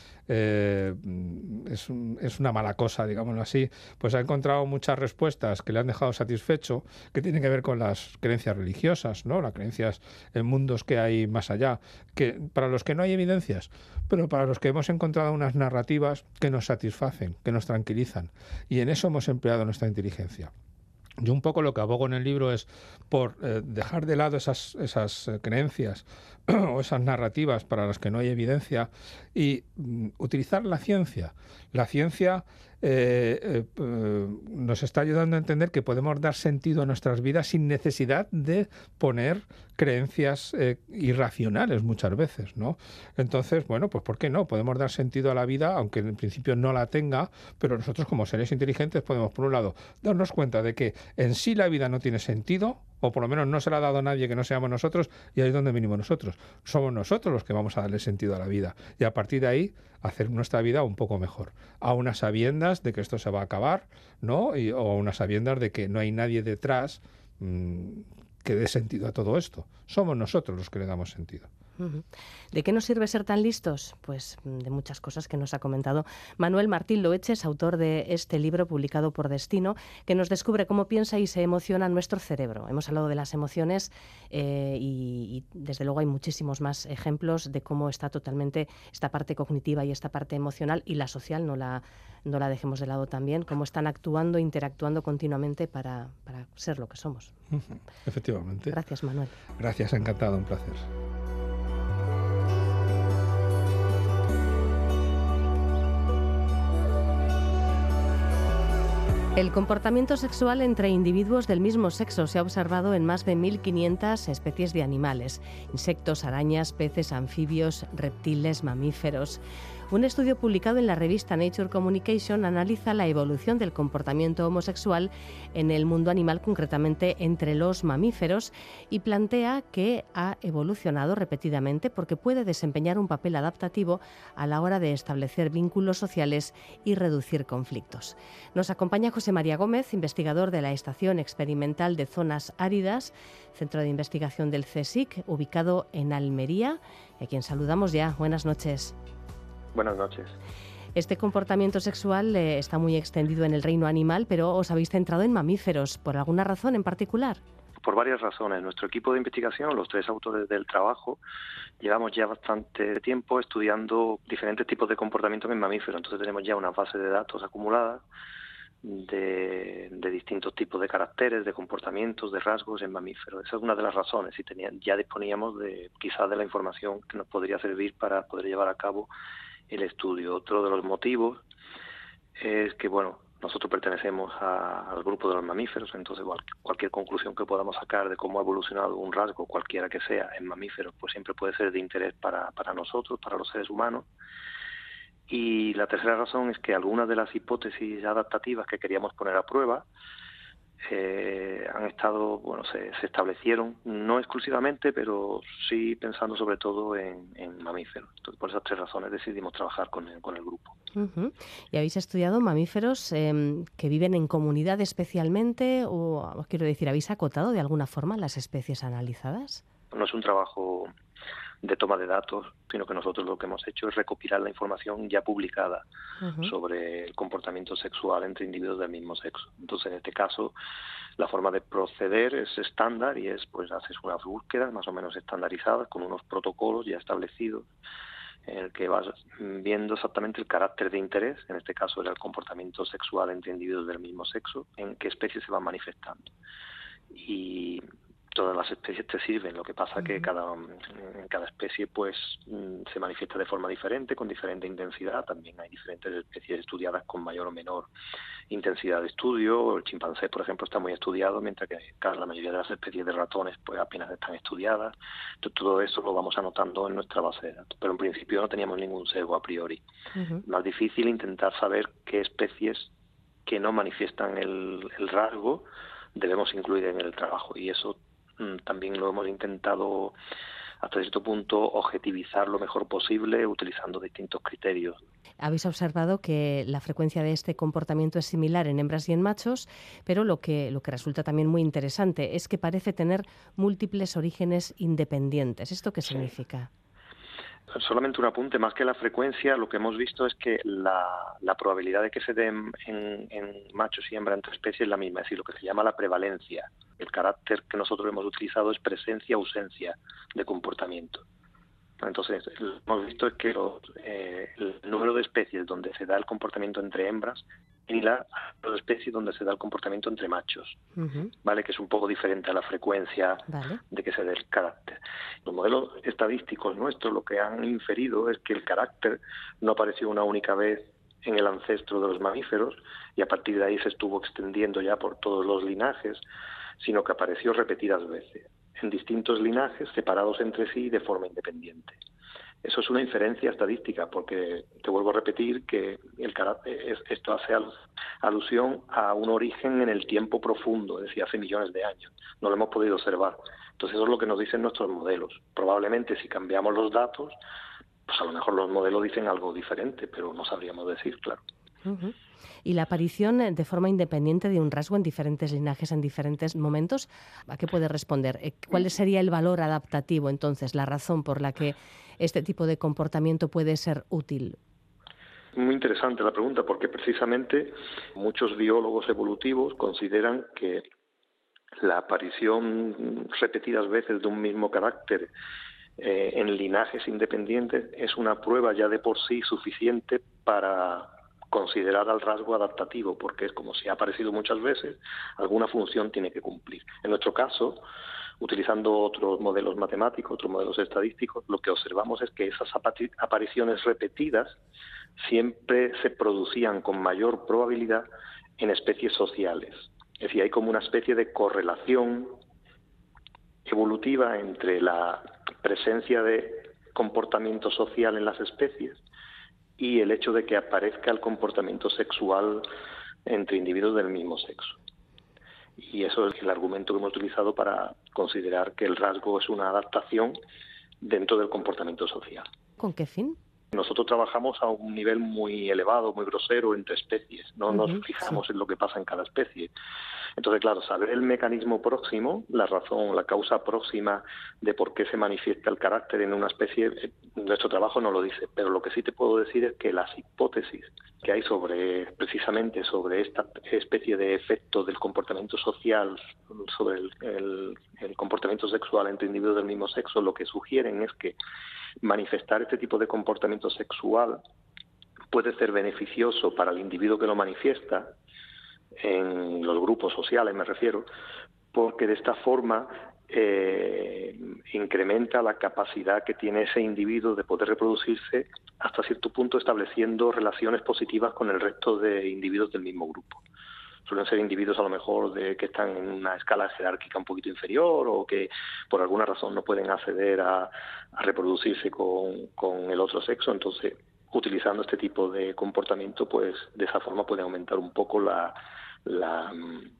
Eh, es, un, es una mala cosa, digámoslo así, pues ha encontrado muchas respuestas que le han dejado satisfecho, que tienen que ver con las creencias religiosas, ¿no? Las creencias en mundos que hay más allá, que para los que no hay evidencias, pero para los que hemos encontrado unas narrativas que nos satisfacen, que nos tranquilizan, y en eso hemos empleado nuestra inteligencia. Yo un poco lo que abogo en el libro es por eh, dejar de lado esas, esas eh, creencias o esas narrativas para las que no hay evidencia y mm, utilizar la ciencia. La ciencia eh, eh, eh, nos está ayudando a entender que podemos dar sentido a nuestras vidas sin necesidad de poner creencias eh, irracionales muchas veces, ¿no? Entonces, bueno, pues ¿por qué no? Podemos dar sentido a la vida, aunque en principio no la tenga, pero nosotros como seres inteligentes podemos, por un lado, darnos cuenta de que en sí la vida no tiene sentido, o por lo menos no se la ha dado a nadie que no seamos nosotros, y ahí es donde venimos nosotros. Somos nosotros los que vamos a darle sentido a la vida. Y a partir de ahí, hacer nuestra vida un poco mejor. A unas sabiendas de que esto se va a acabar, ¿no? Y, o a unas sabiendas de que no hay nadie detrás mmm, que dé sentido a todo esto. Somos nosotros los que le damos sentido. ¿De qué nos sirve ser tan listos? Pues de muchas cosas que nos ha comentado Manuel Martín Loeches, autor de este libro publicado por Destino, que nos descubre cómo piensa y se emociona nuestro cerebro. Hemos hablado de las emociones eh, y, y desde luego hay muchísimos más ejemplos de cómo está totalmente esta parte cognitiva y esta parte emocional y la social, no la, no la dejemos de lado también, cómo están actuando, interactuando continuamente para, para ser lo que somos. Efectivamente. Gracias, Manuel. Gracias, encantado, un placer. El comportamiento sexual entre individuos del mismo sexo se ha observado en más de mil quinientas especies de animales, insectos, arañas, peces, anfibios, reptiles, mamíferos. Un estudio publicado en la revista Nature Communication analiza la evolución del comportamiento homosexual en el mundo animal, concretamente entre los mamíferos, y plantea que ha evolucionado repetidamente porque puede desempeñar un papel adaptativo a la hora de establecer vínculos sociales y reducir conflictos. Nos acompaña José María Gómez, investigador de la Estación Experimental de Zonas Áridas, Centro de Investigación del CSIC, ubicado en Almería, y a quien saludamos ya. Buenas noches. Buenas noches. Este comportamiento sexual eh, está muy extendido en el reino animal, pero os habéis centrado en mamíferos. ¿Por alguna razón en particular? Por varias razones. Nuestro equipo de investigación, los tres autores del trabajo, llevamos ya bastante tiempo estudiando diferentes tipos de comportamientos en mamíferos. Entonces tenemos ya una base de datos acumulada de, de distintos tipos de caracteres, de comportamientos, de rasgos en mamíferos. Esa es una de las razones. Y tenía, ya disponíamos de quizás de la información que nos podría servir para poder llevar a cabo el estudio. Otro de los motivos es que, bueno, nosotros pertenecemos a, al grupo de los mamíferos, entonces cual, cualquier conclusión que podamos sacar de cómo ha evolucionado un rasgo, cualquiera que sea, en mamíferos, pues siempre puede ser de interés para, para nosotros, para los seres humanos. Y la tercera razón es que algunas de las hipótesis adaptativas que queríamos poner a prueba eh, han estado, bueno, se, se establecieron, no exclusivamente, pero sí pensando sobre todo en, en mamíferos. Entonces, por esas tres razones decidimos trabajar con el, con el grupo. Uh-huh. ¿Y habéis estudiado mamíferos eh, que viven en comunidad especialmente? O, quiero decir, ¿habéis acotado de alguna forma las especies analizadas? No es un trabajo de toma de datos, sino que nosotros lo que hemos hecho es recopilar la información ya publicada uh-huh. sobre el comportamiento sexual entre individuos del mismo sexo. Entonces, en este caso, la forma de proceder es estándar y es, pues, haces unas búsquedas más o menos estandarizadas con unos protocolos ya establecidos en el que vas viendo exactamente el carácter de interés, en este caso era el comportamiento sexual entre individuos del mismo sexo, en qué especies se van manifestando. Y todas las especies te sirven, lo que pasa que cada, cada especie pues se manifiesta de forma diferente, con diferente intensidad. También hay diferentes especies estudiadas con mayor o menor intensidad de estudio. El chimpancé, por ejemplo, está muy estudiado, mientras que la mayoría de las especies de ratones pues apenas están estudiadas. Entonces, todo eso lo vamos anotando en nuestra base de datos, pero en principio no teníamos ningún sesgo a priori. Uh-huh. Más difícil intentar saber qué especies que no manifiestan el, el rasgo debemos incluir en el trabajo, y eso también lo hemos intentado hasta cierto punto objetivizar lo mejor posible utilizando distintos criterios. Habéis observado que la frecuencia de este comportamiento es similar en hembras y en machos, pero lo que, lo que resulta también muy interesante es que parece tener múltiples orígenes independientes. ¿Esto qué significa? Sí. Solamente un apunte, más que la frecuencia, lo que hemos visto es que la, la probabilidad de que se den en, en machos y hembras entre especies es la misma, es decir, lo que se llama la prevalencia. El carácter que nosotros hemos utilizado es presencia-ausencia de comportamiento. Entonces, lo que hemos visto es que los, eh, el número de especies donde se da el comportamiento entre hembras es similar al número de especies donde se da el comportamiento entre machos, uh-huh. ¿vale? Que es un poco diferente a la frecuencia vale. de que se dé el carácter. Los modelos estadísticos nuestros lo que han inferido es que el carácter no apareció una única vez en el ancestro de los mamíferos y a partir de ahí se estuvo extendiendo ya por todos los linajes, sino que apareció repetidas veces en distintos linajes separados entre sí de forma independiente. Eso es una inferencia estadística, porque te vuelvo a repetir que el carácter, esto hace alusión a un origen en el tiempo profundo, es decir, hace millones de años. No lo hemos podido observar. Entonces eso es lo que nos dicen nuestros modelos. Probablemente si cambiamos los datos, pues a lo mejor los modelos dicen algo diferente, pero no sabríamos decir, claro. Uh-huh. ¿Y la aparición de forma independiente de un rasgo en diferentes linajes en diferentes momentos, a qué puede responder? ¿Cuál sería el valor adaptativo, entonces, la razón por la que este tipo de comportamiento puede ser útil? Muy interesante la pregunta, porque precisamente muchos biólogos evolutivos consideran que la aparición repetidas veces de un mismo carácter eh, en linajes independientes es una prueba ya de por sí suficiente para considerar al rasgo adaptativo, porque es como si ha aparecido muchas veces, alguna función tiene que cumplir. En nuestro caso, utilizando otros modelos matemáticos, otros modelos estadísticos, lo que observamos es que esas apariciones repetidas siempre se producían con mayor probabilidad en especies sociales. Es decir, hay como una especie de correlación evolutiva entre la presencia de comportamiento social en las especies y el hecho de que aparezca el comportamiento sexual entre individuos del mismo sexo. Y eso es el argumento que hemos utilizado para considerar que el rasgo es una adaptación dentro del comportamiento social. ¿Con qué fin? Nosotros trabajamos a un nivel muy elevado, muy grosero entre especies, no nos Uh-huh, fijamos sí. en lo que pasa en cada especie. Entonces, claro, saber el mecanismo próximo, la razón, la causa próxima de por qué se manifiesta el carácter en una especie, eh, nuestro trabajo no lo dice, pero lo que sí te puedo decir es que las hipótesis que hay sobre, precisamente sobre esta especie de efecto del comportamiento social, sobre el, el, el comportamiento sexual entre individuos del mismo sexo, lo que sugieren es que manifestar este tipo de comportamiento sexual puede ser beneficioso para el individuo que lo manifiesta, en los grupos sociales me refiero, porque de esta forma eh, incrementa la capacidad que tiene ese individuo de poder reproducirse hasta cierto punto, estableciendo relaciones positivas con el resto de individuos del mismo grupo. Suelen ser individuos a lo mejor de que están en una escala jerárquica un poquito inferior o que por alguna razón no pueden acceder a, a reproducirse con, con el otro sexo. Entonces, utilizando este tipo de comportamiento, pues de esa forma puede aumentar un poco la, la,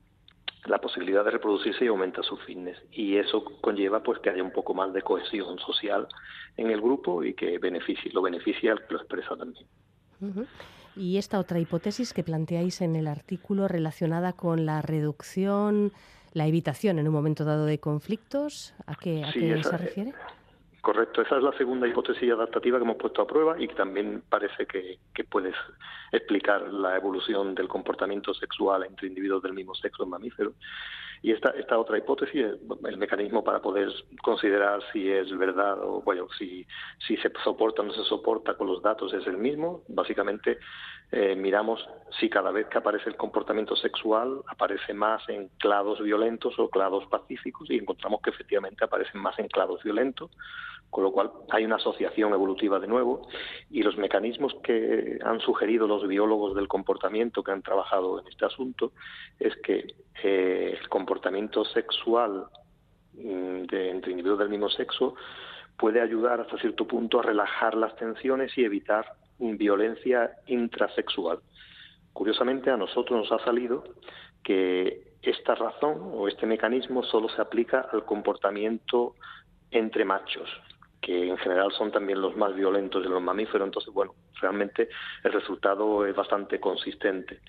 la posibilidad de reproducirse y aumenta su fitness. Y eso conlleva pues que haya un poco más de cohesión social en el grupo y que beneficie, lo beneficia al que lo expresa también. Uh-huh. Y esta otra hipótesis que planteáis en el artículo relacionada con la reducción, la evitación en un momento dado de conflictos, ¿a qué, a Sí, qué esa, se refiere? Correcto, esa es la segunda hipótesis adaptativa que hemos puesto a prueba y que también parece que, que puede explicar la evolución del comportamiento sexual entre individuos del mismo sexo en mamíferos. Y esta, esta otra hipótesis, el mecanismo para poder considerar si es verdad o, bueno, si, si se soporta o no se soporta con los datos es el mismo. Básicamente eh, miramos si cada vez que aparece el comportamiento sexual aparece más en clados violentos o clados pacíficos, y encontramos que efectivamente aparecen más en clados violentos, con lo cual hay una asociación evolutiva de nuevo, y los mecanismos que han sugerido los biólogos del comportamiento que han trabajado en este asunto es que eh, el comportamiento sexual de, entre individuos del mismo sexo puede ayudar hasta cierto punto a relajar las tensiones y evitar violencia intrasexual. Curiosamente, a nosotros nos ha salido que esta razón o este mecanismo solo se aplica al comportamiento entre machos, que en general son también los más violentos de los mamíferos. Entonces, bueno, realmente el resultado es bastante consistente.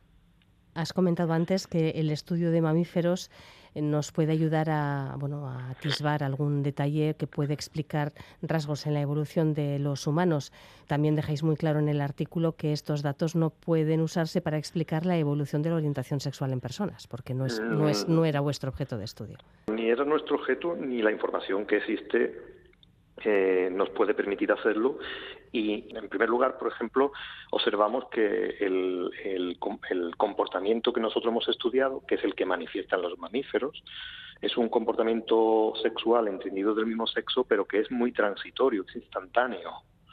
Has comentado antes que el estudio de mamíferos nos puede ayudar a, bueno, a atisbar algún detalle que puede explicar rasgos en la evolución de los humanos. También dejáis muy claro en el artículo que estos datos no pueden usarse para explicar la evolución de la orientación sexual en personas, porque no es, no es, no era vuestro objeto de estudio. Ni era nuestro objeto, ni la información que existe Eh, nos puede permitir hacerlo. Y en primer lugar, por ejemplo, observamos que el, el, el comportamiento que nosotros hemos estudiado, que es el que manifiestan los mamíferos, es un comportamiento sexual entre individuos del mismo sexo, pero que es muy transitorio, es instantáneo.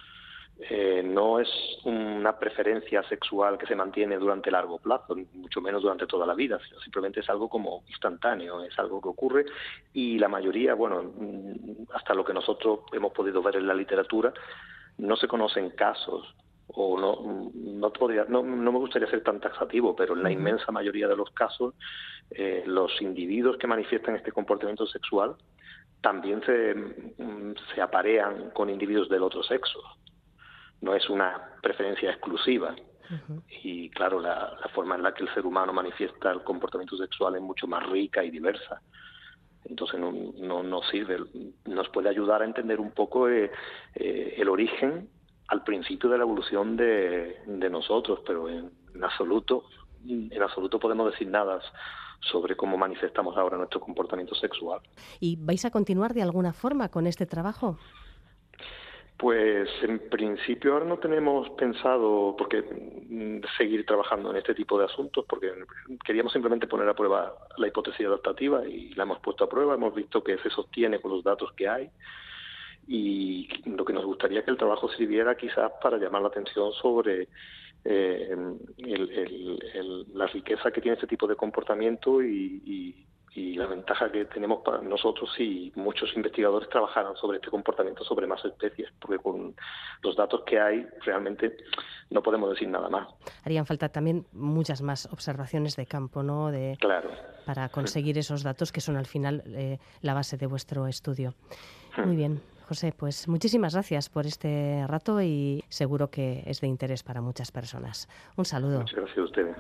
Eh, no es una preferencia sexual que se mantiene durante largo plazo, mucho menos durante toda la vida, sino simplemente es algo como instantáneo, es algo que ocurre, y la mayoría, bueno, hasta lo que nosotros hemos podido ver en la literatura, no se conocen casos, o no no, podría, no, no me gustaría ser tan taxativo, pero en la inmensa mayoría de los casos, eh, los individuos que manifiestan este comportamiento sexual también se, se aparean con individuos del otro sexo. No es una preferencia exclusiva. Uh-huh. Y claro, la, la forma en la que el ser humano manifiesta el comportamiento sexual es mucho más rica y diversa. Entonces no, no, no sirve. Nos puede ayudar a entender un poco eh, eh, el origen al principio de la evolución de, de nosotros, pero en, en absoluto, en absoluto podemos decir nada sobre cómo manifestamos ahora nuestro comportamiento sexual. ¿Y vais a continuar de alguna forma con este trabajo? Pues en principio ahora no tenemos pensado porque seguir trabajando en este tipo de asuntos, porque queríamos simplemente poner a prueba la hipótesis adaptativa y la hemos puesto a prueba, hemos visto que se sostiene con los datos que hay, y lo que nos gustaría es que el trabajo sirviera quizás para llamar la atención sobre eh, el, el, el, la riqueza que tiene este tipo de comportamiento y, y y la ventaja que tenemos para nosotros si muchos investigadores trabajaran sobre este comportamiento sobre más especies, porque con los datos que hay realmente no podemos decir nada más. Harían falta también muchas más observaciones de campo, ¿no? De, claro. Para conseguir esos datos que son al final eh, la base de vuestro estudio. Muy bien. José, pues muchísimas gracias por este rato y seguro que es de interés para muchas personas. Un saludo. Muchas gracias a ustedes.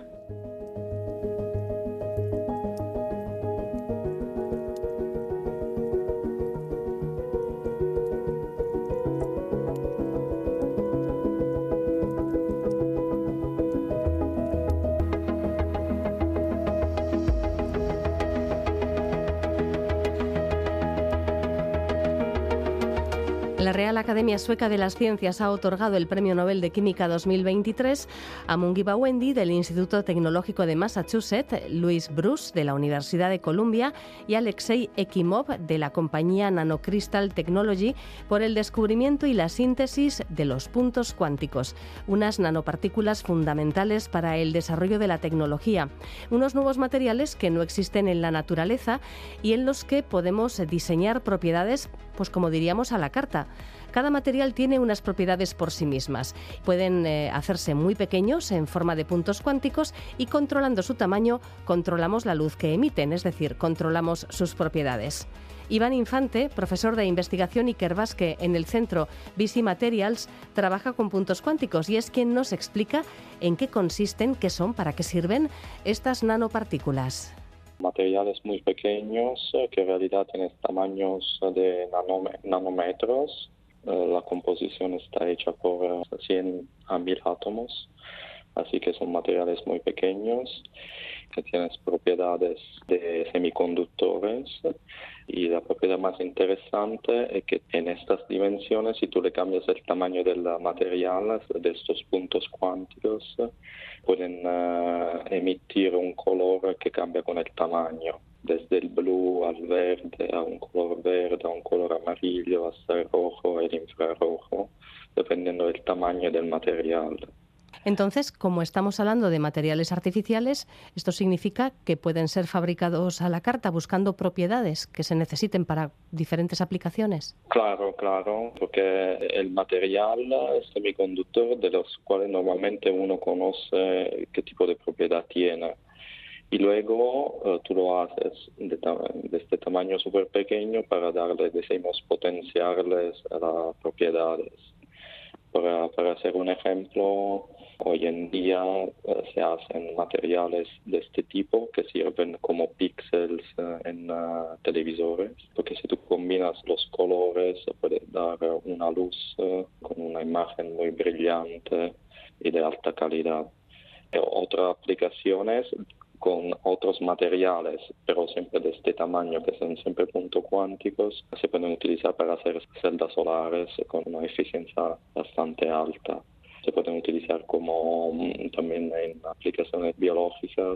La Real Academia Sueca de las Ciencias ha otorgado el Premio Nobel de Química dos mil veintitrés a Mungi Bawendi del Instituto Tecnológico de Massachusetts, Louis Bruce de la Universidad de Columbia y Alexei Ekimov de la compañía Nanocrystal Technology por el descubrimiento y la síntesis de los puntos cuánticos, unas nanopartículas fundamentales para el desarrollo de la tecnología, unos nuevos materiales que no existen en la naturaleza y en los que podemos diseñar propiedades, pues como diríamos, a la carta. Cada material tiene unas propiedades por sí mismas. Pueden eh, hacerse muy pequeños en forma de puntos cuánticos y controlando su tamaño controlamos la luz que emiten, es decir, controlamos sus propiedades. Iván Infante, profesor de investigación Iker Basque en el centro Visi Materials, trabaja con puntos cuánticos y es quien nos explica en qué consisten, qué son, para qué sirven estas nanopartículas. Materiales muy pequeños que en realidad tienen tamaños de nanómetros. La composición está hecha por cien a mil átomos, así que son materiales muy pequeños que tienen propiedades de semiconductores. Y la propiedad más interesante es que en estas dimensiones, si tú le cambias el tamaño del material, de estos puntos cuánticos, pueden uh, emitir un color que cambia con el tamaño, desde el blue al verde, a un color verde, a un color amarillo, hasta el rojo, el infrarrojo, dependiendo del tamaño del material. Entonces, como estamos hablando de materiales artificiales, esto significa que pueden ser fabricados a la carta buscando propiedades que se necesiten para diferentes aplicaciones. Claro, claro, porque el material es semiconductor de los cuales normalmente uno conoce qué tipo de propiedad tiene. Y luego uh, tú lo haces de, de este tamaño súper pequeño para darle, decimos, potenciarles las propiedades. Para, para hacer un ejemplo, hoy en día uh, se hacen materiales de este tipo que sirven como píxeles uh, en uh, televisores, porque si tú combinas los colores puedes dar una luz uh, con una imagen muy brillante y de alta calidad. Y otras aplicaciones con otros materiales, pero siempre de este tamaño, que son siempre puntos cuánticos, se pueden utilizar para hacer celdas solares con una eficiencia bastante alta. Se pueden utilizar como también en aplicaciones biológicas,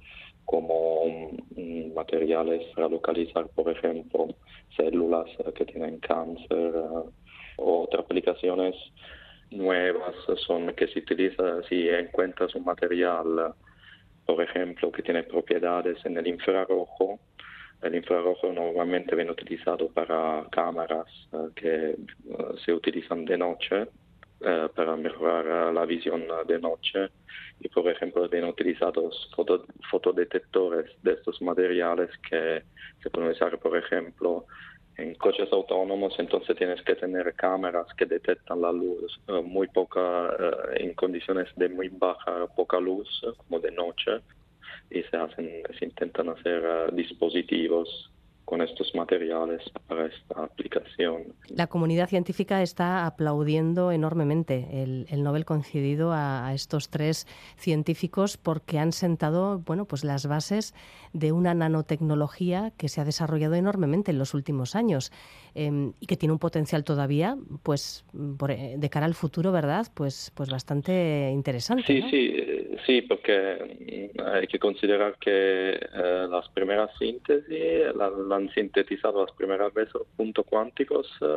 como um, materiales para localizar, por ejemplo, células que tienen cáncer. Uh, otras aplicaciones nuevas son que se utiliza si encuentras un material, por ejemplo, que tiene propiedades en el infrarrojo. El infrarrojo normalmente viene utilizado para cámaras uh, que uh, se utilizan de noche uh, para mejorar uh, la visión uh, de noche. Y, por ejemplo, vienen utilizados foto, fotodetectores de estos materiales que se pueden usar, por ejemplo, en coches autónomos. Entonces tienes que tener cámaras que detectan la luz uh, muy poca, uh, en condiciones de muy baja, poca luz, uh, como de noche, y se hacen, se intentan hacer uh, dispositivos con estos materiales para esta aplicación. La comunidad científica está aplaudiendo enormemente el, el Nobel concedido a, a estos tres científicos porque han sentado, bueno, pues las bases de una nanotecnología que se ha desarrollado enormemente en los últimos años eh, y que tiene un potencial todavía, pues, por, de cara al futuro, ¿verdad? Pues, pues bastante interesante. Sí, ¿no? sí, sí, porque hay que considerar que eh, las primeras síntesis la, la han sintetizado las primeras veces puntos cuánticos eh,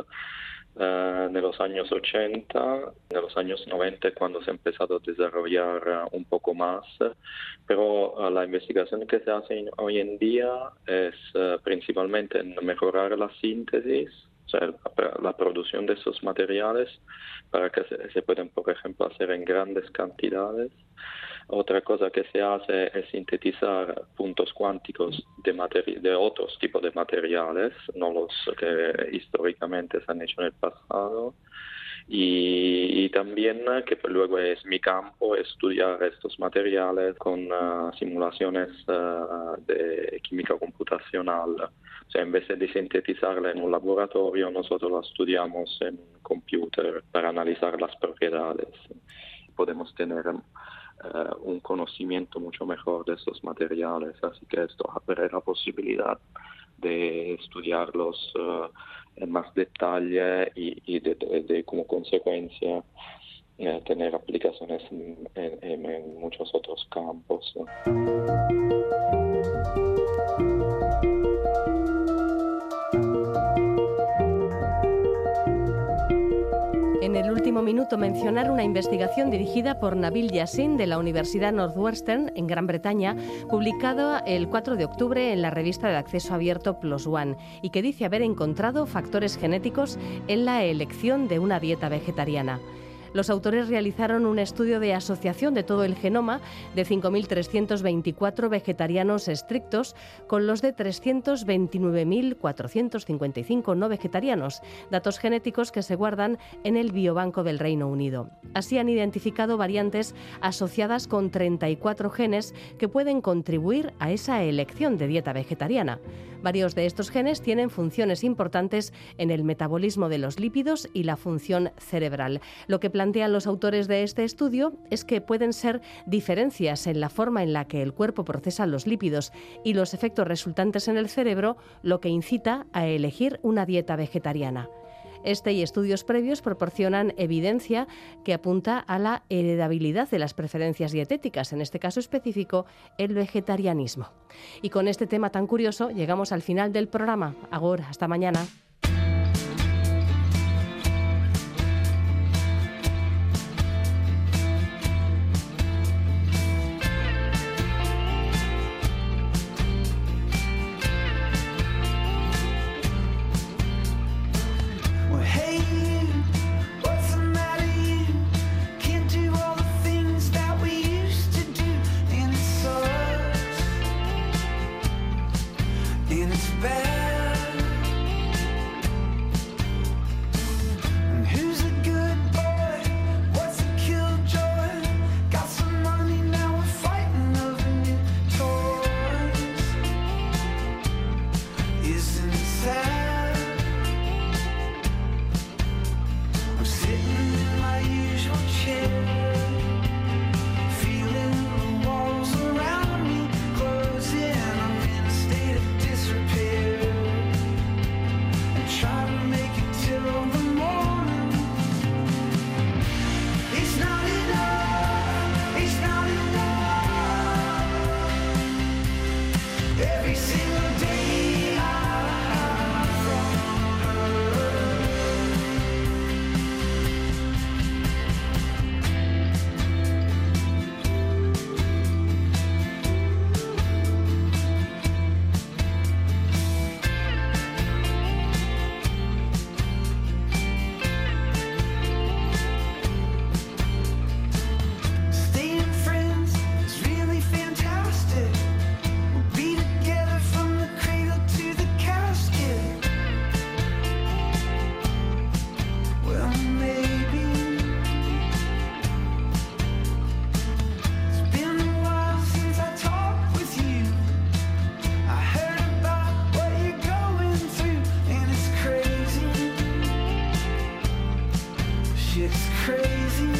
en los años ochenta, en los años noventa, cuando se ha empezado a desarrollar uh, un poco más, pero uh, la investigación que se hace hoy en día es uh, principalmente en mejorar la síntesis O sea, la, la producción de esos materiales para que se, se puedan, por ejemplo, hacer en grandes cantidades. Otra cosa que se hace es sintetizar puntos cuánticos de, materi- de otros tipos de materiales, no los que históricamente se han hecho en el pasado. Y, y también, que luego es mi campo, estudiar estos materiales con uh, simulaciones uh, de química computacional. O sea, en vez de sintetizarla en un laboratorio, nosotros la estudiamos en un computer para analizar las propiedades. Podemos tener uh, un conocimiento mucho mejor de estos materiales, así que esto abre la posibilidad de estudiarlos uh, en más detalle y, y de, de, de como consecuencia eh, tener aplicaciones en, en, en muchos otros campos, ¿no? En el último minuto mencionar una investigación dirigida por Nabil Yassin de la Universidad Northwestern en Gran Bretaña, publicada el cuatro de octubre en la revista de acceso abierto PLOS ONE y que dice haber encontrado factores genéticos en la elección de una dieta vegetariana. Los autores realizaron un estudio de asociación de todo el genoma de cinco mil trescientos veinticuatro vegetarianos estrictos con los de trescientos veintinueve mil cuatrocientos cincuenta y cinco no vegetarianos, datos genéticos que se guardan en el Biobanco del Reino Unido. Así han identificado variantes asociadas con treinta y cuatro genes que pueden contribuir a esa elección de dieta vegetariana. Varios de estos genes tienen funciones importantes en el metabolismo de los lípidos y la función cerebral. Lo que plantean los autores de este estudio es que pueden ser diferencias en la forma en la que el cuerpo procesa los lípidos y los efectos resultantes en el cerebro, lo que incita a elegir una dieta vegetariana. Este y estudios previos proporcionan evidencia que apunta a la heredabilidad de las preferencias dietéticas, en este caso específico, el vegetarianismo. Y con este tema tan curioso llegamos al final del programa. Agur, hasta mañana. It's crazy.